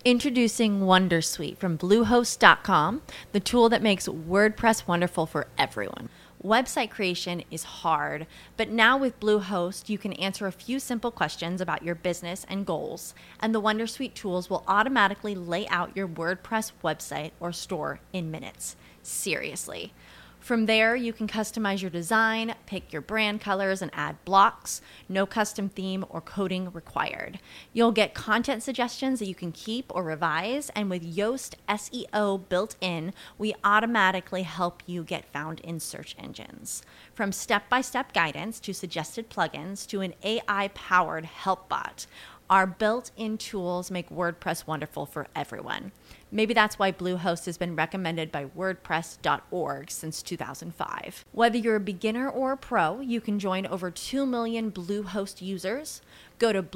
Introducing Wondersuite from Bluehost.com, the tool that makes WordPress wonderful for everyone. Website creation is hard, but now with Bluehost, you can answer a few simple questions about your business and goals, and the Wondersuite tools will automatically lay out your WordPress website or store in minutes. Seriously. From there, you can customize your design, pick your brand colors, and add blocks. No custom theme or coding required. You'll get content suggestions that you can keep or revise, and with Yoast SEO built in, we automatically help you get found in search engines. From step-by-step guidance to suggested plugins to an AI-powered help bot, our built-in tools make WordPress wonderful for everyone. Maybe that's why Bluehost has been recommended by WordPress.org since 2005. Whether you're a beginner or a pro, you can join over 2 million Bluehost users. Go to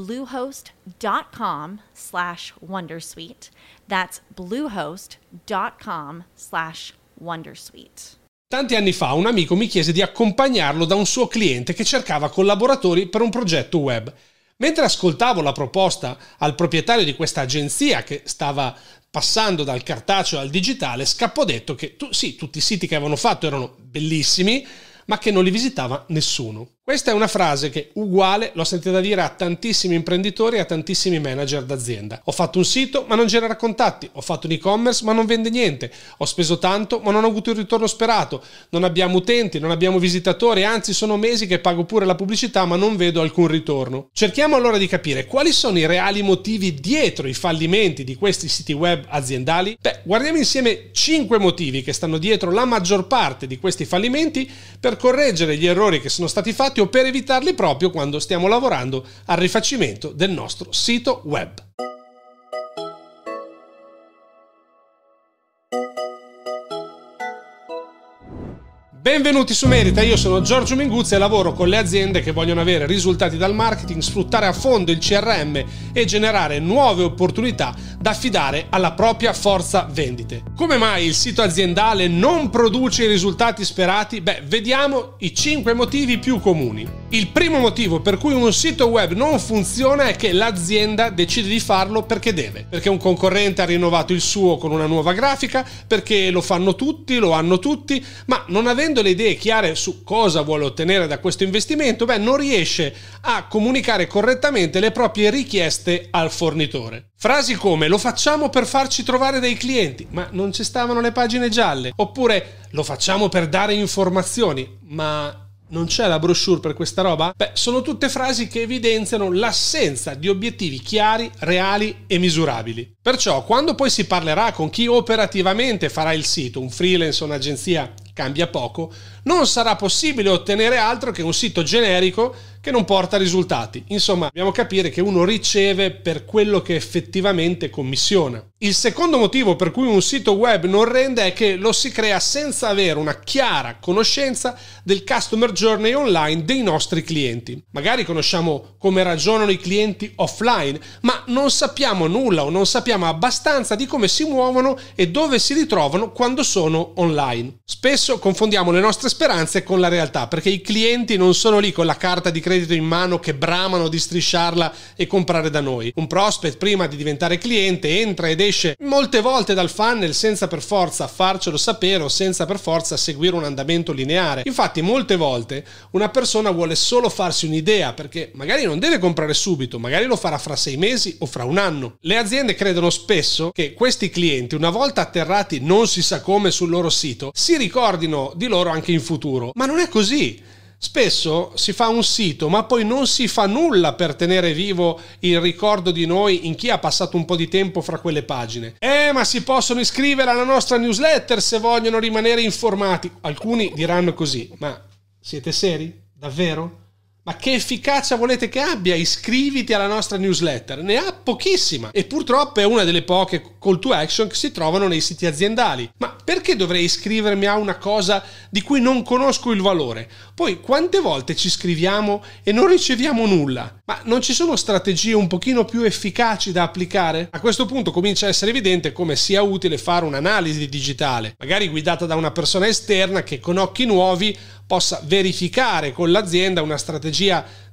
bluehost.com/wondersuite. That's bluehost.com/wondersuite. Tanti anni fa un amico mi chiese di accompagnarlo da un suo cliente che cercava collaboratori per un progetto web. Mentre ascoltavo la proposta al proprietario di questa agenzia che stava passando dal cartaceo al digitale, scappò detto che tutti i siti che avevano fatto erano bellissimi, ma che non li visitava nessuno. Questa è una frase che, uguale, l'ho sentita dire a tantissimi imprenditori e a tantissimi manager d'azienda. Ho fatto un sito ma non genera contatti, ho fatto un e-commerce ma non vende niente, ho speso tanto ma non ho avuto il ritorno sperato, non abbiamo utenti, non abbiamo visitatori, anzi sono mesi che pago pure la pubblicità ma non vedo alcun ritorno. Cerchiamo allora di capire quali sono i reali motivi dietro i fallimenti di questi siti web aziendali. Guardiamo insieme 5 motivi che stanno dietro la maggior parte di questi fallimenti per correggere gli errori che sono stati fatti o per evitarli proprio quando stiamo lavorando al rifacimento del nostro sito web. Benvenuti su Merita, io sono Giorgio Minguzzi e lavoro con le aziende che vogliono avere risultati dal marketing, sfruttare a fondo il CRM e generare nuove opportunità da affidare alla propria forza vendite. Come mai il sito aziendale non produce i risultati sperati? Vediamo i 5 motivi più comuni. Il primo motivo per cui un sito web non funziona è che l'azienda decide di farlo perché deve, perché un concorrente ha rinnovato il suo con una nuova grafica, perché lo fanno tutti, lo hanno tutti, ma non avendo le idee chiare su cosa vuole ottenere da questo investimento, non riesce a comunicare correttamente le proprie richieste al fornitore. Frasi come: lo facciamo per farci trovare dei clienti, ma non ci stavano le pagine gialle, oppure lo facciamo per dare informazioni, ma non c'è la brochure per questa roba? Sono tutte frasi che evidenziano l'assenza di obiettivi chiari, reali e misurabili. Perciò, quando poi si parlerà con chi operativamente farà il sito, un freelance o un'agenzia, cambia poco, non sarà possibile ottenere altro che un sito generico che non porta risultati. Insomma, dobbiamo capire che uno riceve per quello che effettivamente commissiona. Il secondo motivo per cui un sito web non rende è che lo si crea senza avere una chiara conoscenza del customer journey online dei nostri clienti. Magari conosciamo come ragionano i clienti offline, ma non sappiamo nulla o non sappiamo abbastanza di come si muovono e dove si ritrovano quando sono online. Spesso confondiamo le nostre speranze con la realtà, perché i clienti non sono lì con la carta di credito in mano che bramano di strisciarla e comprare da noi. Un prospect, prima di diventare cliente, entra ed esce molte volte dal funnel senza per forza farcelo sapere o senza per forza seguire un andamento lineare. Infatti molte volte una persona vuole solo farsi un'idea, perché magari non deve comprare subito, magari lo farà fra 6 mesi o fra un anno. Le aziende credono spesso che questi clienti, una volta atterrati non si sa come sul loro sito, si ricordino di loro anche in futuro, ma non è così. Spesso si fa un sito ma poi non si fa nulla per tenere vivo il ricordo di noi in chi ha passato un po' di tempo fra quelle pagine. Ma si possono iscrivere alla nostra newsletter se vogliono rimanere informati. Alcuni diranno così: ma siete seri? Davvero? Ma che efficacia volete che abbia? Iscriviti alla nostra newsletter. Ne ha pochissima e purtroppo è una delle poche call to action che si trovano nei siti aziendali. Ma perché dovrei iscrivermi a una cosa di cui non conosco il valore? Poi quante volte ci iscriviamo e non riceviamo nulla? Ma non ci sono strategie un pochino più efficaci da applicare? A questo punto comincia a essere evidente come sia utile fare un'analisi digitale, magari guidata da una persona esterna che con occhi nuovi possa verificare con l'azienda una strategia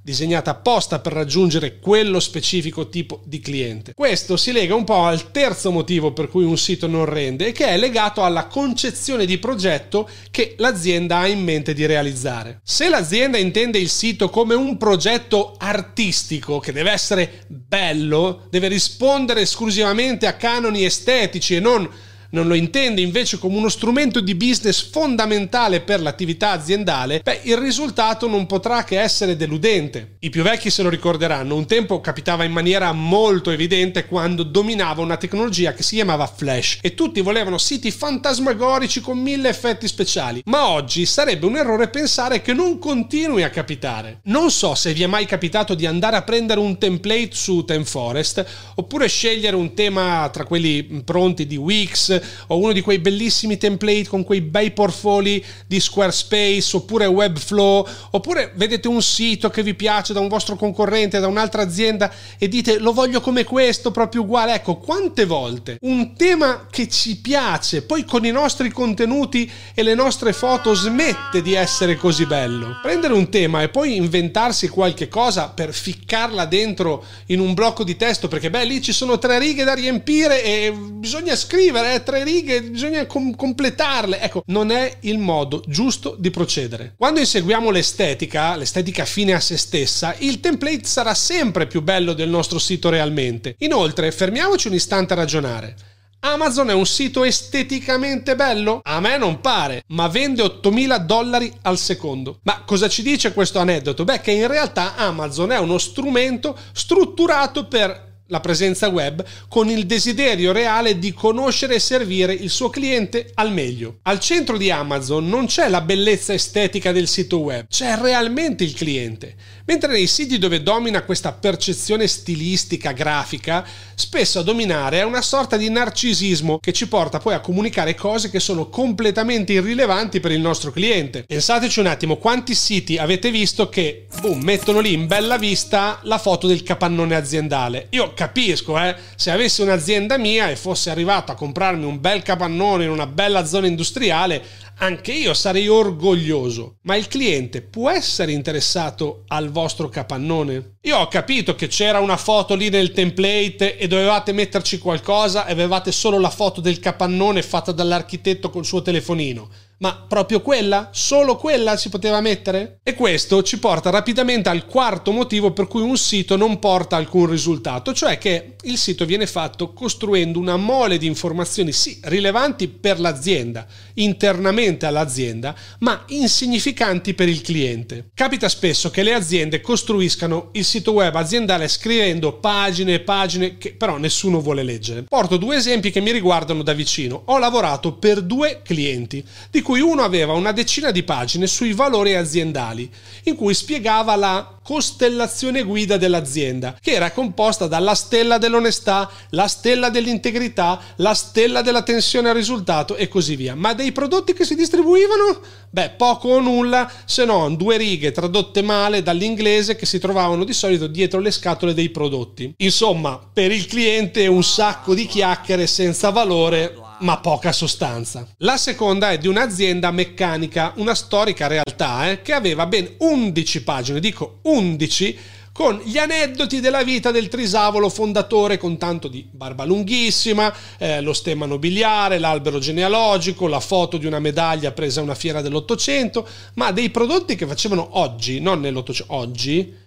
disegnata apposta per raggiungere quello specifico tipo di cliente. Questo si lega un po' al terzo motivo per cui un sito non rende, e che è legato alla concezione di progetto che l'azienda ha in mente di realizzare. Se l'azienda intende il sito come un progetto artistico che deve essere bello, deve rispondere esclusivamente a canoni estetici e non lo intende invece come uno strumento di business fondamentale per l'attività aziendale, il risultato non potrà che essere deludente. I più vecchi se lo ricorderanno, un tempo capitava in maniera molto evidente quando dominava una tecnologia che si chiamava Flash e tutti volevano siti fantasmagorici con 1000 effetti speciali, ma oggi sarebbe un errore pensare che non continui a capitare. Non so se vi è mai capitato di andare a prendere un template su ThemeForest oppure scegliere un tema tra quelli pronti di Wix o uno di quei bellissimi template con quei bei portfoli di Squarespace oppure Webflow, oppure vedete un sito che vi piace da un vostro concorrente, da un'altra azienda e dite lo voglio come questo, proprio uguale. Ecco, quante volte un tema che ci piace poi con i nostri contenuti e le nostre foto smette di essere così bello. Prendere un tema e poi inventarsi qualche cosa per ficcarla dentro in un blocco di testo perché lì ci sono 3 righe da riempire e bisogna scrivere 3 righe, bisogna completarle. Ecco, non è il modo giusto di procedere. Quando inseguiamo l'estetica fine a se stessa, il template sarà sempre più bello del nostro sito realmente. Inoltre, fermiamoci un istante a ragionare. Amazon è un sito esteticamente bello? A me non pare, ma vende $8.000 al secondo. Ma cosa ci dice questo aneddoto? Che in realtà Amazon è uno strumento strutturato per la presenza web con il desiderio reale di conoscere e servire il suo cliente al meglio. Al centro di Amazon non c'è la bellezza estetica del sito web, c'è realmente il cliente. Mentre nei siti dove domina questa percezione stilistica, grafica, spesso a dominare è una sorta di narcisismo che ci porta poi a comunicare cose che sono completamente irrilevanti per il nostro cliente. Pensateci un attimo, quanti siti avete visto che mettono lì in bella vista la foto del capannone aziendale? Io capisco, se avessi un'azienda mia e fossi arrivato a comprarmi un bel capannone in una bella zona industriale, anche io sarei orgoglioso. Ma il cliente può essere interessato al vostro capannone? Io ho capito che c'era una foto lì nel template e dovevate metterci qualcosa e avevate solo la foto del capannone fatta dall'architetto col suo telefonino. Ma proprio quella? Solo quella si poteva mettere? E questo ci porta rapidamente al quarto motivo per cui un sito non porta alcun risultato, cioè che il sito viene fatto costruendo una mole di informazioni sì rilevanti per l'azienda, internamente all'azienda, ma insignificanti per il cliente. Capita spesso che le aziende costruiscano il sito web aziendale scrivendo pagine e pagine che però nessuno vuole leggere. Porto 2 esempi che mi riguardano da vicino. Ho lavorato per 2 clienti, di cui uno aveva una decina di pagine sui valori aziendali, in cui spiegava la costellazione guida dell'azienda, che era composta dalla stella dell'onestà, la stella dell'integrità, la stella della tensione al risultato e così via. Ma dei prodotti che si distribuivano? Poco o nulla, se non 2 righe tradotte male dall'inglese che si trovavano di solito dietro le scatole dei prodotti. Insomma, per il cliente un sacco di chiacchiere senza valore, ma poca sostanza. La seconda è di un'azienda meccanica, una storica realtà che aveva ben 11 pagine, dico 11, con gli aneddoti della vita del trisavolo fondatore, con tanto di barba lunghissima, lo stemma nobiliare, l'albero genealogico, la foto di una medaglia presa a una fiera dell'800, ma dei prodotti che facevano oggi, non nell'800, oggi,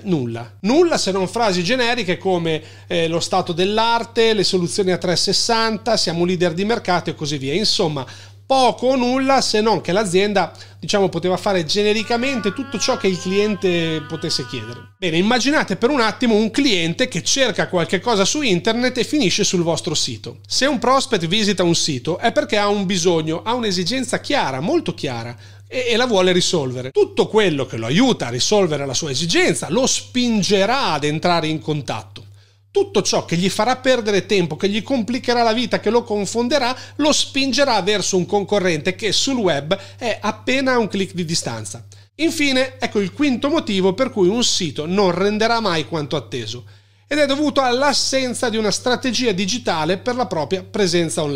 nulla se non frasi generiche come lo stato dell'arte, le soluzioni a 360, siamo leader di mercato e così via. Insomma, poco o nulla se non che l'azienda poteva fare genericamente tutto ciò che il cliente potesse chiedere. Bene, immaginate per un attimo un cliente che cerca qualche cosa su internet e finisce sul vostro sito. Se un prospect visita un sito è perché ha un bisogno, ha un'esigenza chiara, molto chiara, e la vuole risolvere. Tutto quello che lo aiuta a risolvere la sua esigenza lo spingerà ad entrare in contatto. Tutto ciò che gli farà perdere tempo, che gli complicherà la vita, che lo confonderà, lo spingerà verso un concorrente che sul web è appena a un click di distanza. Infine, ecco il quinto motivo per cui un sito non renderà mai quanto atteso. Ed è dovuto all'assenza di una strategia digitale per la propria presenza online.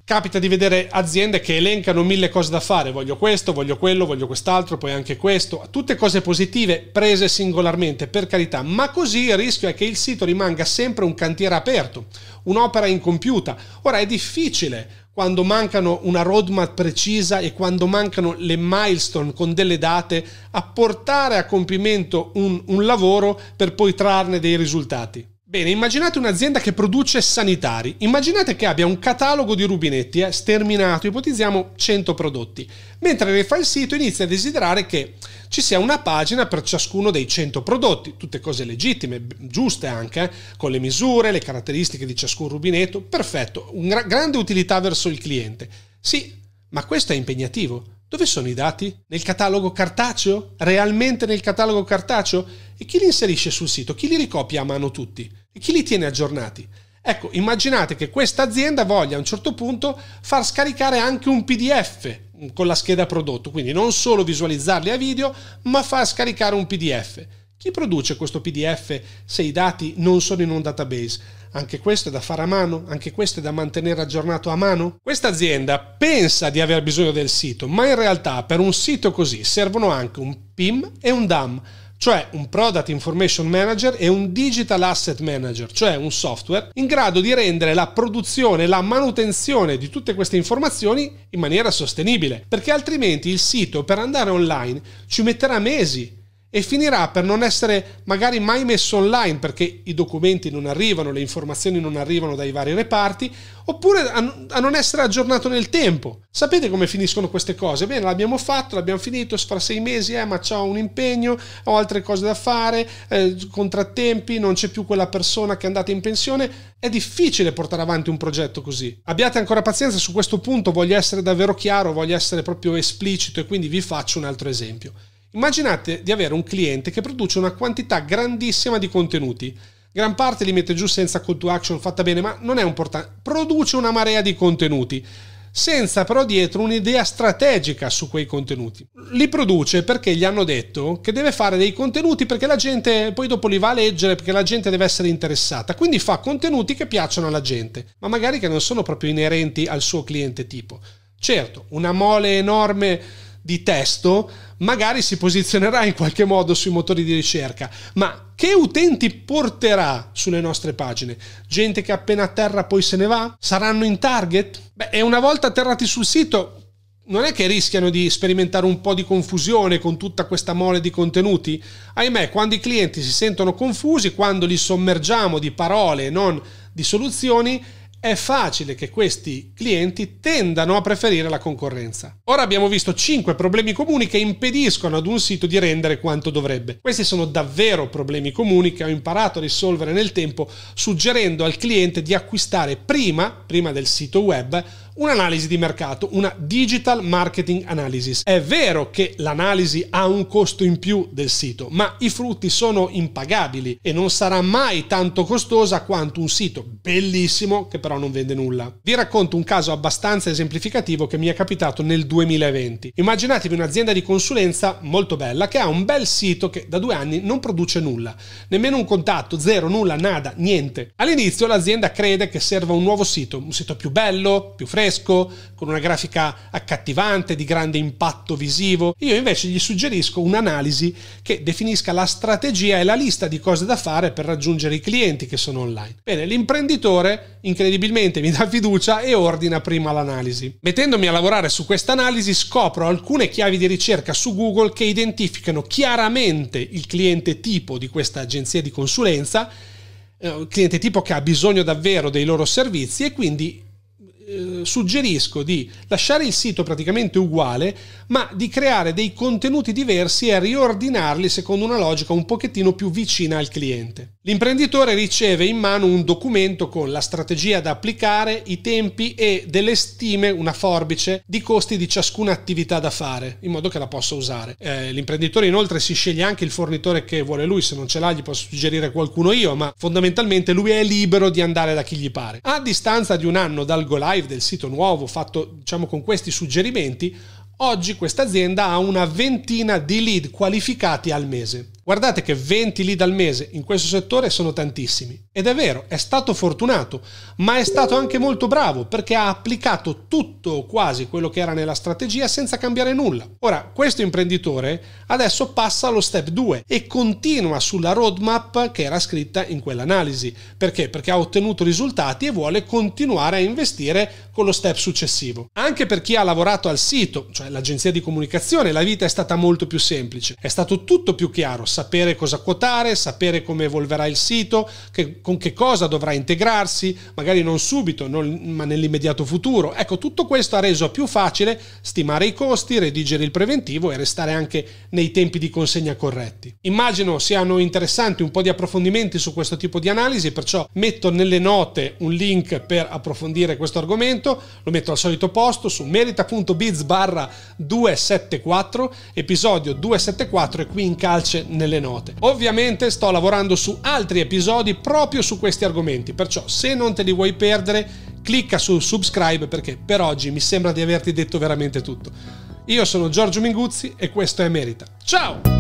Capita di vedere aziende che elencano 1000 cose da fare, voglio questo, voglio quello, voglio quest'altro, poi anche questo, tutte cose positive prese singolarmente, per carità, ma così il rischio è che il sito rimanga sempre un cantiere aperto, un'opera incompiuta. Ora è difficile quando mancano una roadmap precisa e quando mancano le milestone con delle date a portare a compimento un lavoro per poi trarne dei risultati. Bene, immaginate un'azienda che produce sanitari, immaginate che abbia un catalogo di rubinetti sterminato, ipotizziamo 100 prodotti, mentre rifà il sito inizia a desiderare che ci sia una pagina per ciascuno dei 100 prodotti, tutte cose legittime, giuste anche, con le misure, le caratteristiche di ciascun rubinetto, perfetto, una grande utilità verso il cliente. Sì, ma questo è impegnativo. Dove sono i dati? Nel catalogo cartaceo? Realmente nel catalogo cartaceo? E chi li inserisce sul sito? Chi li ricopia a mano tutti? E chi li tiene aggiornati? Ecco, immaginate che questa azienda voglia a un certo punto far scaricare anche un PDF con la scheda prodotto, quindi non solo visualizzarli a video, ma far scaricare un PDF. Chi produce questo PDF se i dati non sono in un database? Anche questo è da fare a mano? Anche questo è da mantenere aggiornato a mano? Questa azienda pensa di aver bisogno del sito, ma in realtà per un sito così servono anche un PIM e un DAM, cioè un Product Information Manager e un Digital Asset Manager, cioè un software in grado di rendere la produzione e la manutenzione di tutte queste informazioni in maniera sostenibile, perché altrimenti il sito per andare online ci metterà mesi e finirà per non essere magari mai messo online perché i documenti non arrivano, le informazioni non arrivano dai vari reparti, oppure a non essere aggiornato nel tempo. Sapete come finiscono queste cose? Bene, l'abbiamo fatto, l'abbiamo finito, fra 6 mesi, ma c'ho un impegno, ho altre cose da fare, contrattempi, non c'è più quella persona che è andata in pensione. È difficile portare avanti un progetto così. Abbiate ancora pazienza su questo punto, voglio essere davvero chiaro, voglio essere proprio esplicito e quindi vi faccio un altro esempio. Immaginate di avere un cliente che produce una quantità grandissima di contenuti. Gran parte li mette giù senza call to action fatta bene, ma non è importante. Produce una marea di contenuti, senza però dietro un'idea strategica su quei contenuti. Li produce perché gli hanno detto che deve fare dei contenuti perché la gente poi dopo li va a leggere, perché la gente deve essere interessata. Quindi fa contenuti che piacciono alla gente, ma magari che non sono proprio inerenti al suo cliente tipo. Certo, una mole enorme di testo magari si posizionerà in qualche modo sui motori di ricerca, ma che utenti porterà sulle nostre pagine? Gente che appena atterra poi se ne va? Saranno in target? E una volta atterrati sul sito non è che rischiano di sperimentare un po' di confusione con tutta questa mole di contenuti? Ahimè, quando i clienti si sentono confusi, quando li sommergiamo di parole e non di soluzioni, è facile che questi clienti tendano a preferire la concorrenza. Ora abbiamo visto 5 problemi comuni che impediscono ad un sito di rendere quanto dovrebbe. Questi sono davvero problemi comuni che ho imparato a risolvere nel tempo, suggerendo al cliente di acquistare prima del sito web un'analisi di mercato, una Digital Marketing Analysis. È vero che l'analisi ha un costo in più del sito, ma i frutti sono impagabili e non sarà mai tanto costosa quanto un sito bellissimo che però non vende nulla. Vi racconto un caso abbastanza esemplificativo che mi è capitato nel 2020. Immaginatevi un'azienda di consulenza molto bella che ha un bel sito che da 2 anni non produce nulla, nemmeno un contatto, zero, nulla, nada, niente. All'inizio l'azienda crede che serva un nuovo sito, un sito più bello, più fresco, con una grafica accattivante, di grande impatto visivo. Io invece gli suggerisco un'analisi che definisca la strategia e la lista di cose da fare per raggiungere i clienti che sono online. Bene, l'imprenditore incredibilmente mi dà fiducia e ordina prima l'analisi. Mettendomi a lavorare su questa analisi scopro alcune chiavi di ricerca su Google che identificano chiaramente il cliente tipo di questa agenzia di consulenza, cliente tipo che ha bisogno davvero dei loro servizi, e quindi suggerisco di lasciare il sito praticamente uguale, ma di creare dei contenuti diversi e riordinarli secondo una logica un pochettino più vicina al cliente. L'imprenditore riceve in mano un documento con la strategia da applicare, i tempi e delle stime, una forbice, di costi di ciascuna attività da fare, in modo che la possa usare. L'imprenditore inoltre si sceglie anche il fornitore che vuole lui, se non ce l'ha gli posso suggerire qualcuno io, ma fondamentalmente lui è libero di andare da chi gli pare. A distanza di 1 anno dal go live del sito nuovo, fatto diciamo con questi suggerimenti, oggi questa azienda ha una ventina di lead qualificati al mese. Guardate che 20 lead al mese in questo settore sono tantissimi. Ed è vero, è stato fortunato, ma è stato anche molto bravo perché ha applicato tutto o quasi quello che era nella strategia senza cambiare nulla. Ora, questo imprenditore adesso passa allo step 2 e continua sulla roadmap che era scritta in quell'analisi. Perché? Perché ha ottenuto risultati e vuole continuare a investire con lo step successivo. Anche per chi ha lavorato al sito, cioè l'agenzia di comunicazione, la vita è stata molto più semplice. È stato tutto più chiaro, sapere cosa quotare, sapere come evolverà il sito, con che cosa dovrà integrarsi, magari non subito, ma nell'immediato futuro. Ecco, tutto questo ha reso più facile stimare i costi, redigere il preventivo e restare anche nei tempi di consegna corretti. Immagino siano interessanti un po' di approfondimenti su questo tipo di analisi, perciò metto nelle note un link per approfondire questo argomento. Lo metto al solito posto su merita.biz/274, episodio 274 e qui in calce nelle note. Ovviamente sto lavorando su altri episodi proprio su questi argomenti, perciò se non te li vuoi perdere clicca su subscribe perché per oggi mi sembra di averti detto veramente tutto. Io sono Giorgio Minguzzi e questo è Merita. Ciao!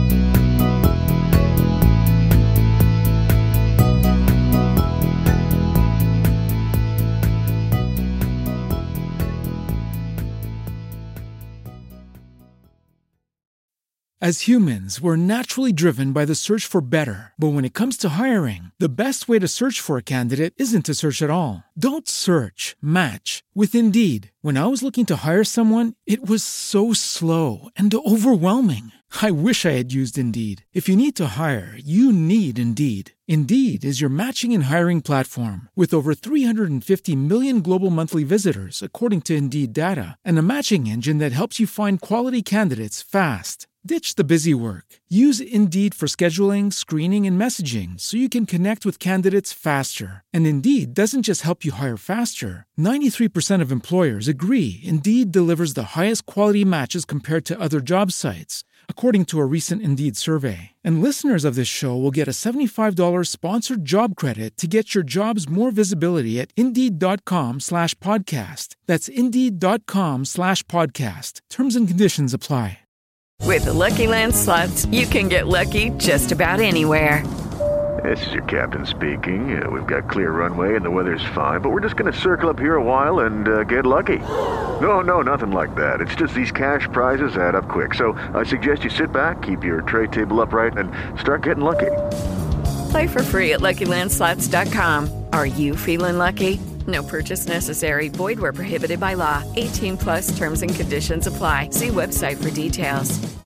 As humans, we're naturally driven by the search for better. But when it comes to hiring, the best way to search for a candidate isn't to search at all. Don't search, match with Indeed. When I was looking to hire someone, it was so slow and overwhelming. I wish I had used Indeed. If you need to hire, you need Indeed. Indeed is your matching and hiring platform with over 350 million global monthly visitors, according to Indeed data, and a matching engine that helps you find quality candidates fast. Ditch the busy work. Use Indeed for scheduling, screening, and messaging so you can connect with candidates faster. And Indeed doesn't just help you hire faster. 93% of employers agree Indeed delivers the highest quality matches compared to other job sites, according to a recent Indeed survey. And listeners of this show will get a $75 sponsored job credit to get your jobs more visibility at Indeed.com/podcast. That's Indeed.com/podcast. Terms and conditions apply. With the Lucky Land Slots, you can get lucky just about anywhere. This is your captain speaking. We've got clear runway and the weather's fine, but we're just going to circle up here a while and get lucky. No, nothing like that. It's just these cash prizes add up quick. So I suggest you sit back, keep your tray table upright, and start getting lucky. Play for free at LuckyLandSlots.com. Are you feeling lucky? No purchase necessary. Void where prohibited by law. 18+ terms and conditions apply. See website for details.